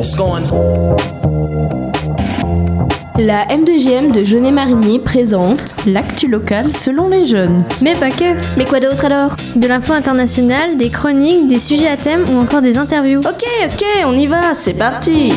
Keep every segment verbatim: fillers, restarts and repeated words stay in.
La M deux G M de Jaunet-Marigny présente l'actu local selon les jeunes. Mais pas que. Mais quoi d'autre alors? De l'info internationale, des chroniques, des sujets à thème ou encore des interviews. Ok, ok, on y va, c'est parti.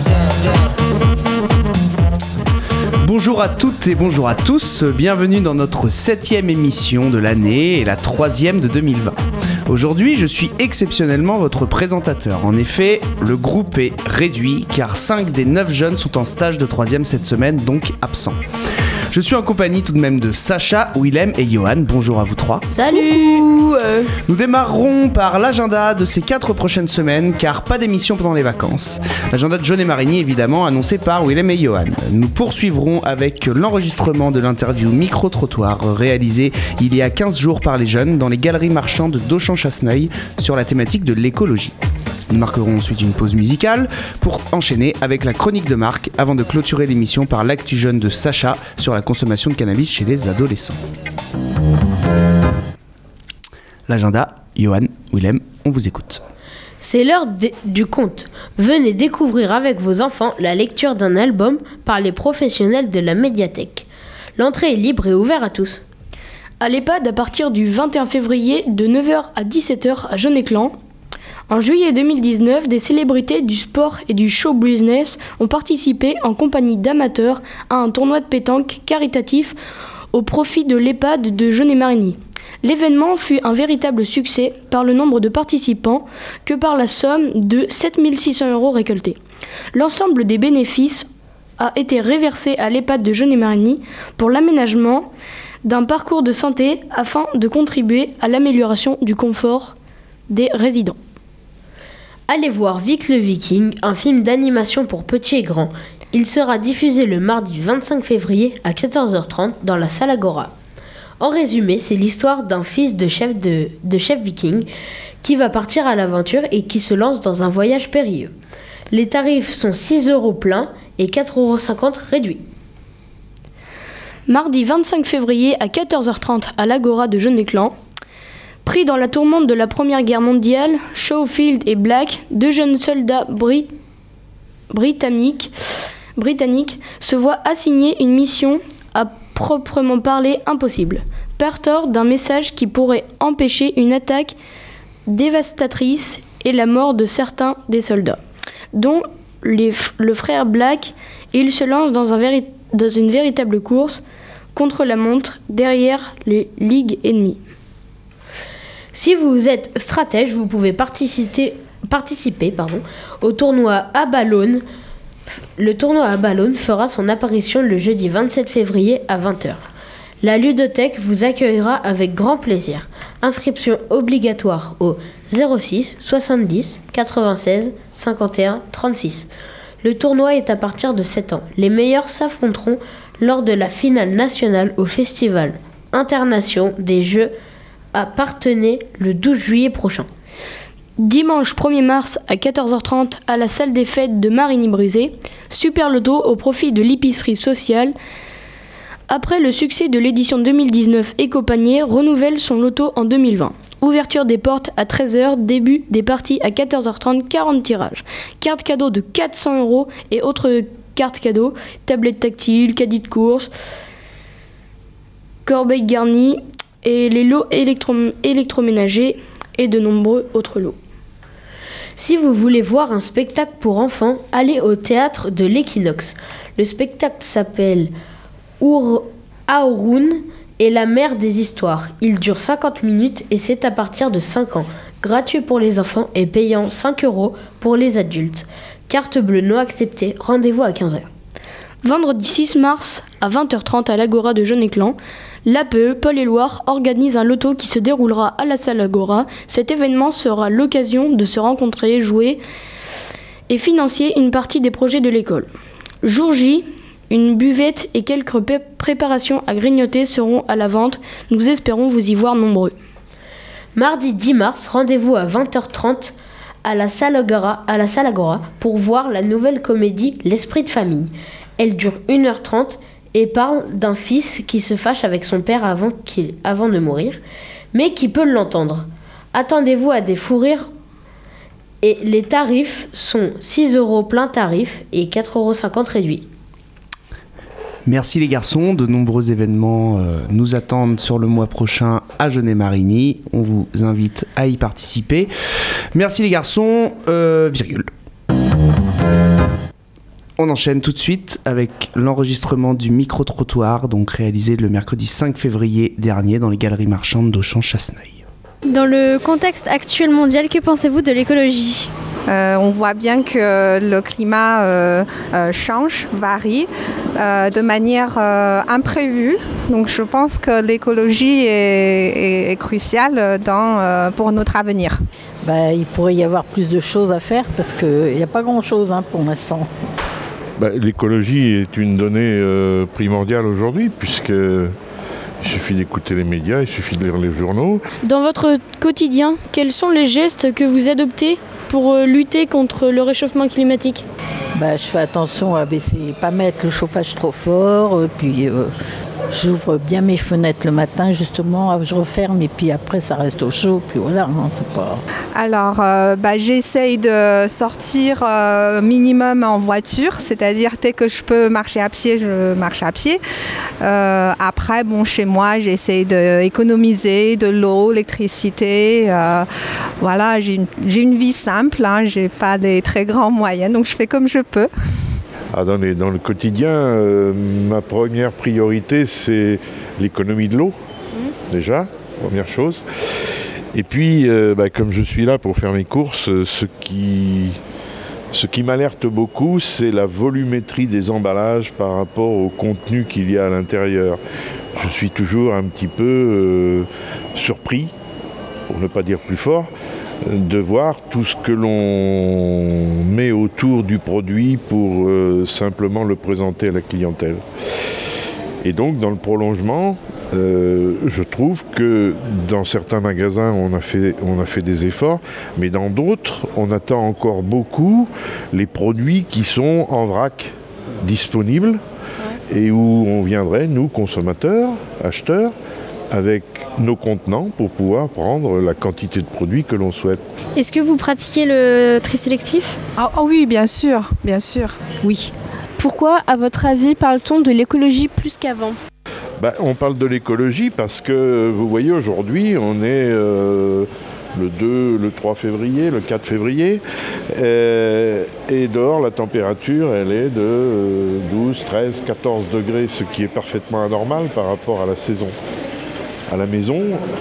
Bonjour à toutes et bonjour à tous, bienvenue dans notre septième émission de l'année et la troisième de deux mille vingt. Aujourd'hui, je suis exceptionnellement votre présentateur. En effet, le groupe est réduit car cinq des neuf jeunes sont en stage de troisième cette semaine, donc absents. Je suis en compagnie tout de même de Sacha, Willem et Johan. Bonjour à vous trois. Salut. Nous démarrerons par l'agenda de ces quatre prochaines semaines car pas d'émission pendant les vacances. L'agenda de Jaunet-Marigny évidemment annoncé par Willem et Johan. Nous poursuivrons avec l'enregistrement de l'interview micro-trottoir réalisée il y a quinze jours par les jeunes dans les galeries marchandes d'Auchan-Chasseneuil sur la thématique de l'écologie. Nous marquerons ensuite une pause musicale pour enchaîner avec la chronique de Marc avant de clôturer l'émission par l'actu jeune de Sacha sur la consommation de cannabis chez les adolescents. L'agenda, Johan, Willem, on vous écoute. C'est l'heure d- du conte. Venez découvrir avec vos enfants la lecture d'un album par les professionnels de la médiathèque. L'entrée est libre et ouverte à tous. À l'EHPAD à partir du vingt et un février de neuf heures à dix-sept heures à Jeunet-Clan. En juillet deux mille dix-neuf, des célébrités du sport et du show business ont participé en compagnie d'amateurs à un tournoi de pétanque caritatif au profit de l'EHPAD de Jaunet-Marigny. L'événement fut un véritable succès par le nombre de participants que par la somme de sept mille six cents euros récoltés. L'ensemble des bénéfices a été réversé à l'EHPAD de Jaunet-Marigny pour l'aménagement d'un parcours de santé afin de contribuer à l'amélioration du confort des résidents. Allez voir Vic le Viking, un film d'animation pour petits et grands. Il sera diffusé le mardi vingt-cinq février à quatorze heures trente dans la salle Agora. En résumé, c'est l'histoire d'un fils de chef, de, de chef viking qui va partir à l'aventure et qui se lance dans un voyage périlleux. Les tarifs sont six euros pleins et quatre euros cinquante réduits. Mardi vingt-cinq février à quatorze heures trente à l'Agora de Jaunet-Clan. Pris dans la tourmente de la Première Guerre mondiale, Schofield et Black, deux jeunes soldats brit- britanniques, britanniques, se voient assigner une mission à proprement parler impossible. Porteur d'un message qui pourrait empêcher une attaque dévastatrice et la mort de certains des soldats, dont les f- le frère Black, et ils se lancent dans, un véri- dans une véritable course contre la montre derrière les ligues ennemies. Si vous êtes stratège, vous pouvez participer, participer pardon, au tournoi à ballon. Le tournoi à ballon fera son apparition le jeudi vingt-sept février à vingt heures. La ludothèque vous accueillera avec grand plaisir. Inscription obligatoire au zéro six soixante-dix quatre-vingt-seize cinquante et un trente-six. Le tournoi est à partir de sept ans. Les meilleurs s'affronteront lors de la finale nationale au Festival Internation des Jeux à Parthenay le douze juillet prochain. Dimanche premier mars à quatorze heures trente à la salle des fêtes de Marigny-Brisé, Super Loto au profit de l'épicerie sociale. Après le succès de l'édition deux mille dix-neuf, Éco-Panier renouvelle son loto en deux mille vingt. Ouverture des portes à treize heures, début des parties à quatorze heures trente, quarante tirages. Carte cadeau de quatre cents euros et autres cartes cadeaux, tablettes tactiles, caddie de course, corbeille garnie et les lots électro- électroménagers et de nombreux autres lots. Si vous voulez voir un spectacle pour enfants, allez au théâtre de l'Équinoxe. Le spectacle s'appelle Our- Aourun et la mer des histoires. Il dure cinquante minutes et c'est à partir de cinq ans. Gratuit pour les enfants et payant cinq euros pour les adultes. Carte bleue non acceptée, rendez-vous à quinze heures. Vendredi six mars à vingt heures trente à l'Agora de Jaunet-Clan, l'A P E Paul-et-Loire organise un loto qui se déroulera à la salle Agora. Cet événement sera l'occasion de se rencontrer, jouer et financer une partie des projets de l'école. Jour J, une buvette et quelques pré- préparations à grignoter seront à la vente. Nous espérons vous y voir nombreux. Mardi dix mars, rendez-vous à vingt heures trente à la salle Agora, à la salle Agora pour voir la nouvelle comédie L'Esprit de famille. Elle dure une heure trente et parle d'un fils qui se fâche avec son père avant, qu'il, avant de mourir, mais qui peut l'entendre. Attendez-vous à des fous rires Et les tarifs sont six euros plein tarif et quatre euros cinquante réduits. Merci les garçons, de nombreux événements euh, nous attendent sur le mois prochain à Jeunet-Marigny. On vous invite à y participer. Merci les garçons, euh, virgule. On enchaîne tout de suite avec l'enregistrement du micro-trottoir, donc réalisé le mercredi cinq février dernier dans les galeries marchandes d'Auchan-Chasseneuil. Dans le contexte actuel mondial, que pensez-vous de l'écologie ? Euh, on voit bien que le climat euh, euh, change, varie euh, de manière euh, imprévue. Donc je pense que l'écologie est, est, est cruciale dans, euh, pour notre avenir. Bah, il pourrait y avoir plus de choses à faire parce qu'il n'y a pas grand-chose hein, pour l'instant. Bah, l'écologie est une donnée euh, primordiale aujourd'hui puisque il suffit d'écouter les médias, il suffit de lire les journaux. Dans votre quotidien, quels sont les gestes que vous adoptez pour lutter contre le réchauffement climatique ? Bah, je fais attention à baisser, pas mettre le chauffage trop fort, puis euh, j'ouvre bien mes fenêtres le matin justement, je referme et puis après ça reste au chaud, puis voilà, hein, c'est pas... Alors, euh, bah, j'essaye de sortir euh, minimum en voiture, c'est-à-dire dès que je peux marcher à pied, je marche à pied. Euh, après, bon, chez moi, j'essaye d'économiser de l'eau, l'électricité. Euh, voilà, j'ai une, j'ai une vie simple, hein, j'ai pas des très grands moyens, donc je fais comme je peux. Ah, dans, les, dans le quotidien, euh, ma première priorité, c'est l'économie de l'eau, mmh. déjà, première chose. Et puis, euh, bah, comme je suis là pour faire mes courses, ce qui, ce qui m'alerte beaucoup, c'est la volumétrie des emballages par rapport au contenu qu'il y a à l'intérieur. Je suis toujours un petit peu euh, surpris, pour ne pas dire plus fort, de voir tout ce que l'on met autour du produit pour euh, simplement le présenter à la clientèle. Et donc, dans le prolongement, euh, je trouve que dans certains magasins, on a fait, on a fait des efforts, mais dans d'autres, on attend encore beaucoup les produits qui sont en vrac, disponibles, et où on viendrait, nous, consommateurs, acheteurs, avec nos contenants pour pouvoir prendre la quantité de produits que l'on souhaite. Est-ce que vous pratiquez le tri sélectif ? Ah oh oui, bien sûr, bien sûr, oui. Pourquoi, à votre avis, parle-t-on de l'écologie plus qu'avant ? Ben, on parle de l'écologie parce que, vous voyez, aujourd'hui, on est euh, le deux, le trois février, le quatre février, euh, et dehors, la température, elle est de euh, douze, treize, quatorze degrés, ce qui est parfaitement anormal par rapport à la saison. À la maison,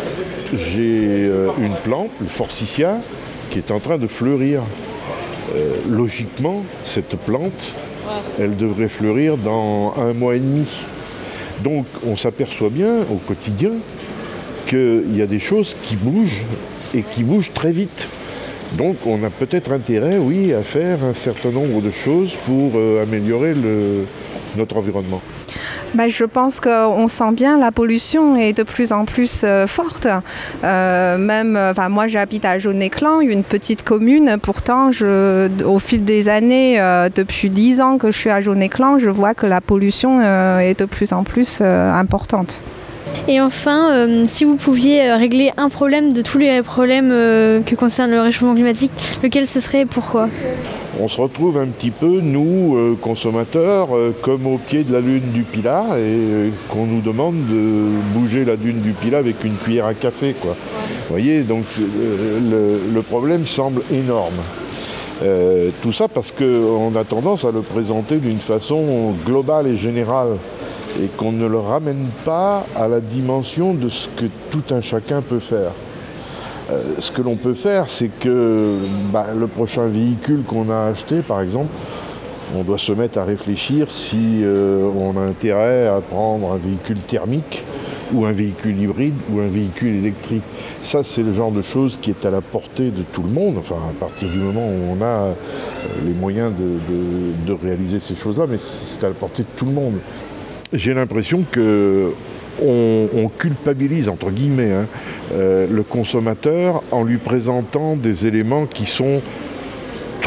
j'ai euh, une plante, le forsythia, qui est en train de fleurir. Euh, logiquement, cette plante, elle devrait fleurir dans un mois et demi. Donc on s'aperçoit bien au quotidien qu'il y a des choses qui bougent et qui bougent très vite. Donc on a peut-être intérêt, oui, à faire un certain nombre de choses pour euh, améliorer le, notre environnement. Ben, je pense qu'on sent bien la pollution est de plus en plus euh, forte. Euh, même, enfin, moi j'habite à Jaunet-Clan, une petite commune. Pourtant, je, au fil des années, euh, depuis dix ans que je suis à Jaunet-Clan, je vois que la pollution euh, est de plus en plus euh, importante. Et enfin, euh, si vous pouviez régler un problème de tous les problèmes euh, que concerne le réchauffement climatique, lequel ce serait et pourquoi ? On se retrouve un petit peu, nous, euh, consommateurs, euh, comme au pied de la dune du Pilat, et euh, qu'on nous demande de bouger la dune du Pilat avec une cuillère à café, quoi. Vous voyez, donc euh, le, le problème semble énorme. Euh, tout ça parce qu'on a tendance à le présenter d'une façon globale et générale, et qu'on ne le ramène pas à la dimension de ce que tout un chacun peut faire. Euh, ce que l'on peut faire, c'est que bah, le prochain véhicule qu'on a acheté, par exemple, on doit se mettre à réfléchir si euh, on a intérêt à prendre un véhicule thermique ou un véhicule hybride ou un véhicule électrique. Ça, c'est le genre de choses qui est à la portée de tout le monde, enfin, à partir du moment où on a euh, les moyens de, de, de réaliser ces choses-là, mais c'est à la portée de tout le monde. J'ai l'impression que on, on culpabilise, entre guillemets, hein, euh, le consommateur en lui présentant des éléments qui sont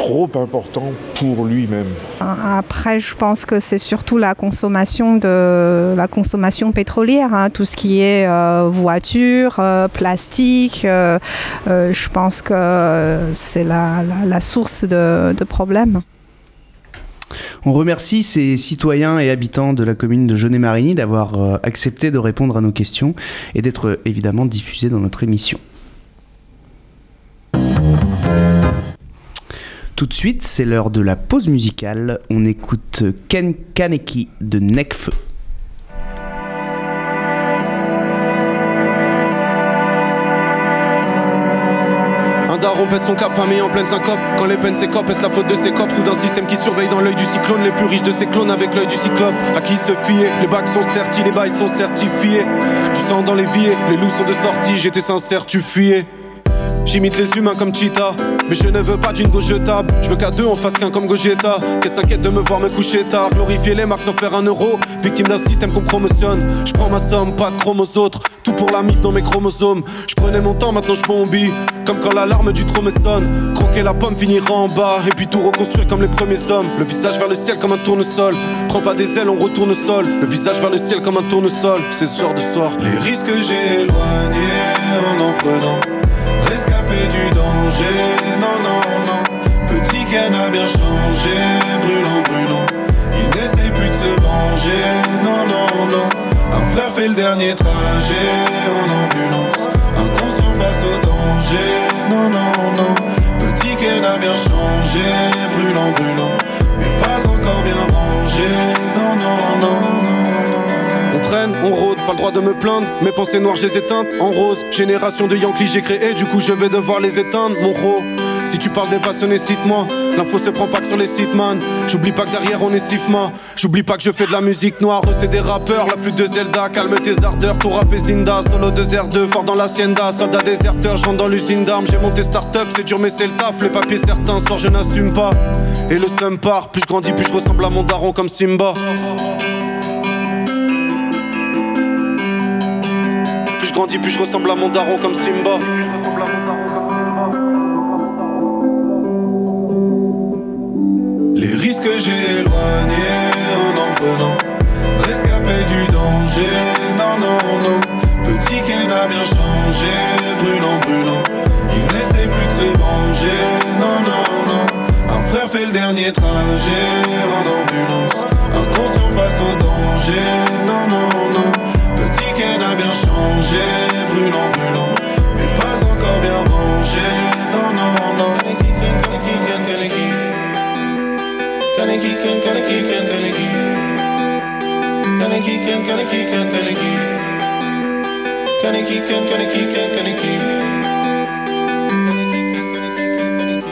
trop important pour lui-même. Après, je pense que c'est surtout la consommation, de, la consommation pétrolière, hein, tout ce qui est euh, voiture, euh, plastique. Euh, euh, je pense que c'est la, la, la source de, de problèmes. On remercie ces citoyens et habitants de la commune de Jaunet-Marigny d'avoir euh, accepté de répondre à nos questions et d'être euh, évidemment diffusés dans notre émission. Tout de suite, c'est l'heure de la pause musicale. On écoute Ken Kaneki de Nekfeu. Un daron pète son cap, famille en pleine syncope. Quand les peines s'écopent, est-ce la faute de ses copes? Sous d'un système qui surveille dans l'œil du cyclone les plus riches de ses clones avec l'œil du cyclope. À qui se fier? Les bacs sont certis, les bails sont certifiés. Du sang dans les vies, les loups sont de sortie. J'étais sincère, tu fuyais. J'imite les humains comme Cheetah, mais je ne veux pas d'une go jetable. Je veux qu'à deux on fasse qu'un comme Gogeta. Qu'elle s'inquiète de me voir me coucher tard. Glorifier les marques sans faire un euro. Victime d'un système qu'on promotionne. Je prends ma somme, pas de chrome aux autres. Tout pour la mif dans mes chromosomes. Je prenais mon temps, maintenant je bombie. Comme quand l'alarme du trop me sonne. Croquer la pomme, finir en bas. Et puis tout reconstruire comme les premiers hommes. Le visage vers le ciel comme un tournesol. Prends pas des ailes, on retourne au sol. Le visage vers le ciel comme un tournesol. C'est ce genre de soir. Les risques que j'ai éloignés en en prenant. Rescapé du danger, non, non, non. Petit Ken a bien changé, brûlant, brûlant. Il n'essaye plus de se venger, non, non, non. Un frère fait le dernier trajet en ambulance. Inconscient face au danger, non, non, non. Petit Ken a bien changé, brûlant, brûlant. Mais pas encore bien rangé, non, non, non, non. On traîne, on rôde, pas le droit de me plaindre. Mes pensées noires, je les éteintes en rose. Génération de Yankees, j'ai créé, du coup je vais devoir les éteindre, mon ro. Si tu parles des passionnés, cite-moi. L'info se prend pas que sur les sites, man. J'oublie pas que derrière on est Sifma. J'oublie pas que je fais de la musique noire. Eux c'est des rappeurs, la flûte de Zelda. Calme tes ardeurs, ton rap est Zinda. Solo de R deux, fort dans l'hacienda. Soldat déserteur, je rentre dans l'usine d'armes. J'ai monté start-up, c'est dur mais c'est le taf. Les papiers certains sortent, je n'assume pas. Et le seum part, plus je grandis, plus je ressemble à mon daron comme Simba. Plus je grandis, plus je ressemble à mon daron comme Simba. Les risques que j'ai éloignés en en prenant. Rescapé du danger, non, non, non. Petit Ken a bien changé, brûlant, brûlant. Il n'essaye plus de se venger, non, non, non. Un frère fait le dernier trajet en ambulance. Inconscient face au danger, non, non, non. Petit Ken a bien changé, brûlant, brûlant. Mais pas encore bien rangé, non, non, non. Kaneki, Ken, Kaneki, Ken, Kaneki. Kaneki, Ken, Kaneki, Ken, Kaneki. Kaneki, Ken, Kaneki, Ken, Kaneki. Kaneki, Ken, Kaneki, Ken, Kaneki.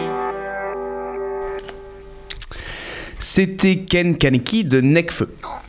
C'était Ken Kaneki de Nekfeu.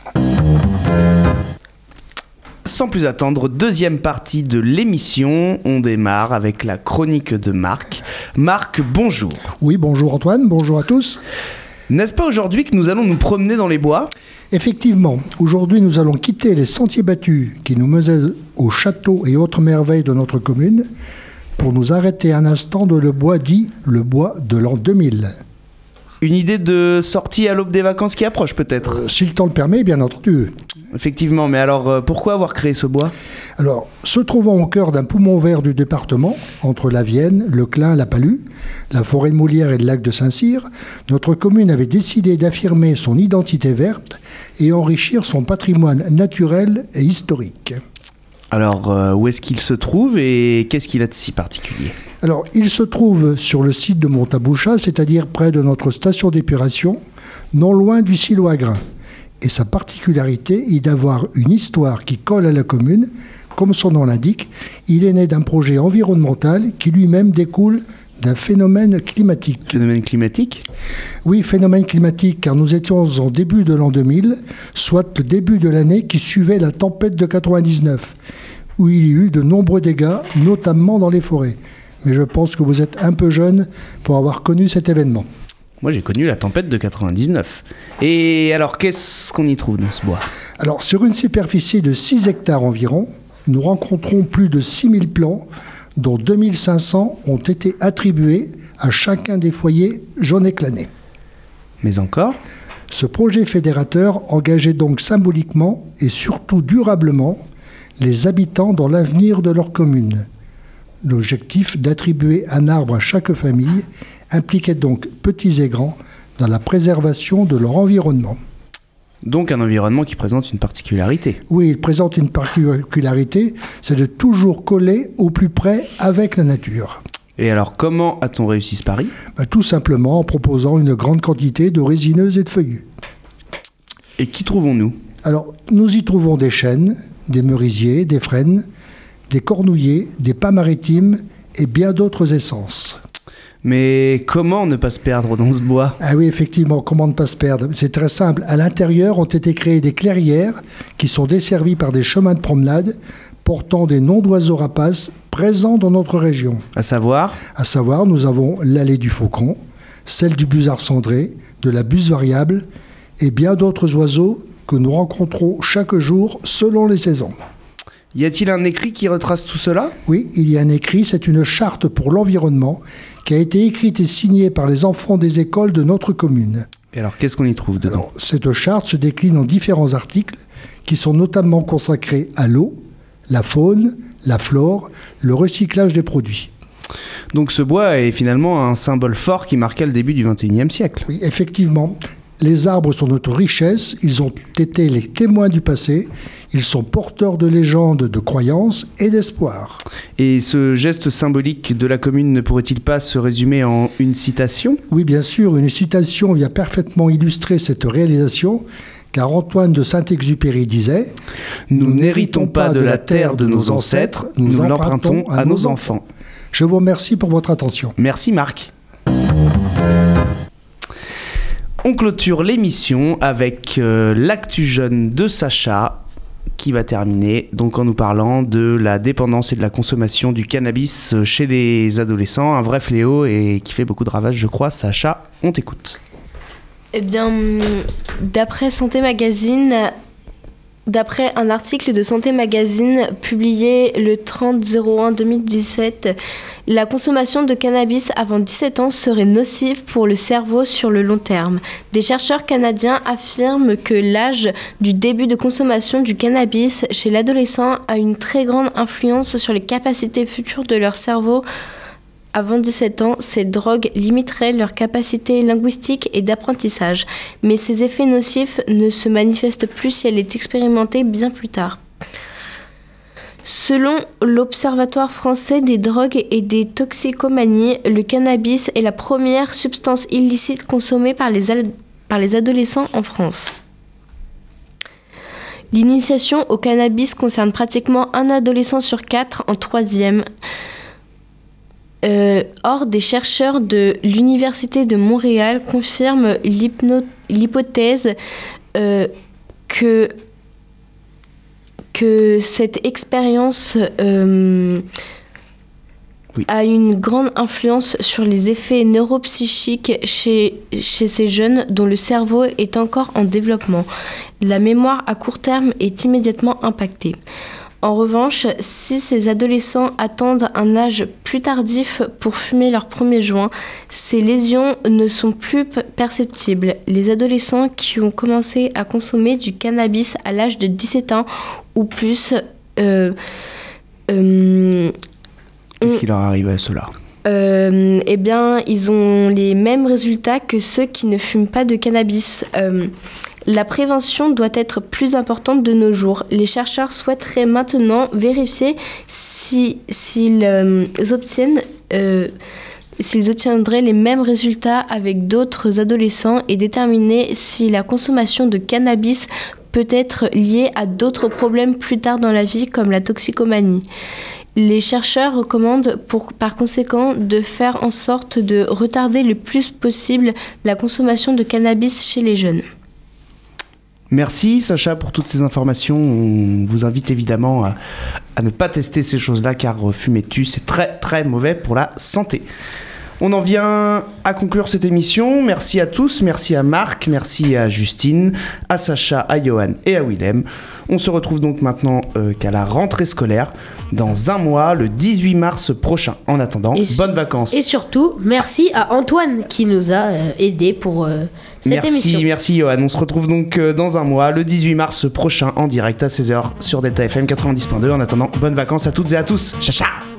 Sans plus attendre, deuxième partie de l'émission. On démarre avec la chronique de Marc. Marc, bonjour. Oui, bonjour Antoine, bonjour à tous. N'est-ce pas aujourd'hui que nous allons nous promener dans les bois ? Effectivement, aujourd'hui nous allons quitter les sentiers battus qui nous menaient aux châteaux et autres merveilles de notre commune pour nous arrêter un instant dans le bois dit le bois de l'an deux mille. Une idée de sortie à l'aube des vacances qui approche peut-être ? euh, Si le temps le permet, bien entendu. Effectivement, mais alors euh, pourquoi avoir créé ce bois ? Alors, se trouvant au cœur d'un poumon vert du département, entre la Vienne, le Clin, la Palue, la forêt de Moulières et le lac de Saint-Cyr, notre commune avait décidé d'affirmer son identité verte et enrichir son patrimoine naturel et historique. Alors, euh, où est-ce qu'il se trouve et qu'est-ce qu'il a de si particulier ? Alors, il se trouve sur le site de Montaboucha, c'est-à-dire près de notre station d'épuration, non loin du silo à grains. Et sa particularité est d'avoir une histoire qui colle à la commune. Comme son nom l'indique, il est né d'un projet environnemental qui lui-même découle d'un phénomène climatique. Phénomène climatique ? Oui, phénomène climatique, car nous étions en début de l'an deux mille, soit le début de l'année qui suivait la tempête de quatre-vingt-dix-neuf, où il y a eu de nombreux dégâts, notamment dans les forêts. Mais je pense que vous êtes un peu jeune pour avoir connu cet événement. Moi, j'ai connu la tempête de quatre-vingt-dix-neuf. Et alors, qu'est-ce qu'on y trouve dans ce bois ? Alors, sur une superficie de six hectares environ, nous rencontrons plus de six mille plants, dont deux mille cinq cents ont été attribués à chacun des foyers Jaune-Éclané. Mais encore ? Ce projet fédérateur engageait donc symboliquement et surtout durablement les habitants dans l'avenir de leur commune. L'objectif d'attribuer un arbre à chaque famille impliquait donc petits et grands dans la préservation de leur environnement. Donc un environnement qui présente une particularité. Oui, il présente une particularité, c'est de toujours coller au plus près avec la nature. Et alors, comment a-t-on réussi ce pari ? Ben, tout simplement en proposant une grande quantité de résineuses et de feuillus. Et qui trouvons-nous ? Alors, nous y trouvons des chênes, des merisiers, des frênes, des cornouillers, des pins maritimes et bien d'autres essences. Mais comment ne pas se perdre dans ce bois ? Ah oui, effectivement, comment ne pas se perdre ? C'est très simple. À l'intérieur ont été créées des clairières qui sont desservies par des chemins de promenade portant des noms d'oiseaux rapaces présents dans notre région. À savoir ? À savoir, nous avons l'allée du faucon, celle du busard cendré, de la buse variable et bien d'autres oiseaux que nous rencontrons chaque jour selon les saisons. Y a-t-il un écrit qui retrace tout cela ? Oui, il y a un écrit, c'est une charte pour l'environnement qui a été écrite et signée par les enfants des écoles de notre commune. Et alors, qu'est-ce qu'on y trouve dedans ? Alors, cette charte se décline en différents articles qui sont notamment consacrés à l'eau, la faune, la flore, le recyclage des produits. Donc ce bois est finalement un symbole fort qui marquait le début du vingt et unième siècle. Oui, effectivement. Les arbres sont notre richesse, ils ont été les témoins du passé, ils sont porteurs de légendes, de croyances et d'espoir. Et ce geste symbolique de la commune ne pourrait-il pas se résumer en une citation ? Oui, bien sûr, une citation vient parfaitement illustrer cette réalisation, car Antoine de Saint-Exupéry disait « Nous n'héritons pas de la terre de nos ancêtres, nous l'empruntons à nos enfants. » Je vous remercie pour votre attention. Merci Marc. On clôture l'émission avec euh, l'actu jeune de Sacha qui va terminer donc en nous parlant de la dépendance et de la consommation du cannabis chez les adolescents, un vrai fléau et qui fait beaucoup de ravages je crois. Sacha, on t'écoute. Eh bien, d'après Santé Magazine, d'après un article de Santé Magazine publié le trente zéro un deux mille dix-sept, la consommation de cannabis avant dix-sept ans serait nocive pour le cerveau sur le long terme. Des chercheurs canadiens affirment que l'âge du début de consommation du cannabis chez l'adolescent a une très grande influence sur les capacités futures de leur cerveau. Avant dix-sept ans, ces drogues limiteraient leur capacité linguistique et d'apprentissage, mais ces effets nocifs ne se manifestent plus si elle est expérimentée bien plus tard. Selon l'Observatoire français des drogues et des toxicomanies, le cannabis est la première substance illicite consommée par les, al- par les adolescents en France. L'initiation au cannabis concerne pratiquement un adolescent sur quatre en troisième. Euh, or, des chercheurs de l'Université de Montréal confirment l'hypno- l'hypothèse euh, que, que cette expérience euh, oui. a une grande influence sur les effets neuropsychiques chez, chez ces jeunes dont le cerveau est encore en développement. La mémoire à court terme est immédiatement impactée. En revanche, si ces adolescents attendent un âge plus tardif pour fumer leur premier joint, ces lésions ne sont plus p- perceptibles. Les adolescents qui ont commencé à consommer du cannabis à l'âge de dix-sept ans ou plus... Euh, euh, Qu'est-ce qui leur arrive à ceux-là ? euh, Eh bien, ils ont les mêmes résultats que ceux qui ne fument pas de cannabis. Euh, La prévention doit être plus importante de nos jours. Les chercheurs souhaiteraient maintenant vérifier si, s'ils, euh, obtiennent, euh, s'ils obtiendraient les mêmes résultats avec d'autres adolescents et déterminer si la consommation de cannabis peut être liée à d'autres problèmes plus tard dans la vie comme la toxicomanie. Les chercheurs recommandent pour, par conséquent de faire en sorte de retarder le plus possible la consommation de cannabis chez les jeunes. Merci Sacha pour toutes ces informations. On vous invite évidemment à, à ne pas tester ces choses-là car fumer tue, c'est très très mauvais pour la santé. On en vient à conclure cette émission. Merci à tous, merci à Marc, merci à Justine, à Sacha, à Johan et à Willem. On se retrouve donc maintenant euh, qu'à la rentrée scolaire, dans un mois, le dix-huit mars prochain. En attendant, Et bonnes vacances. Et surtout, merci à Antoine qui nous a euh, aidés pour euh, cette merci, émission. Merci Johan. On se retrouve donc euh, dans un mois, le dix-huit mars prochain, en direct à seize heures sur Delta F M quatre-vingt-dix point deux. En attendant, bonnes vacances à toutes et à tous. Ciao, ciao.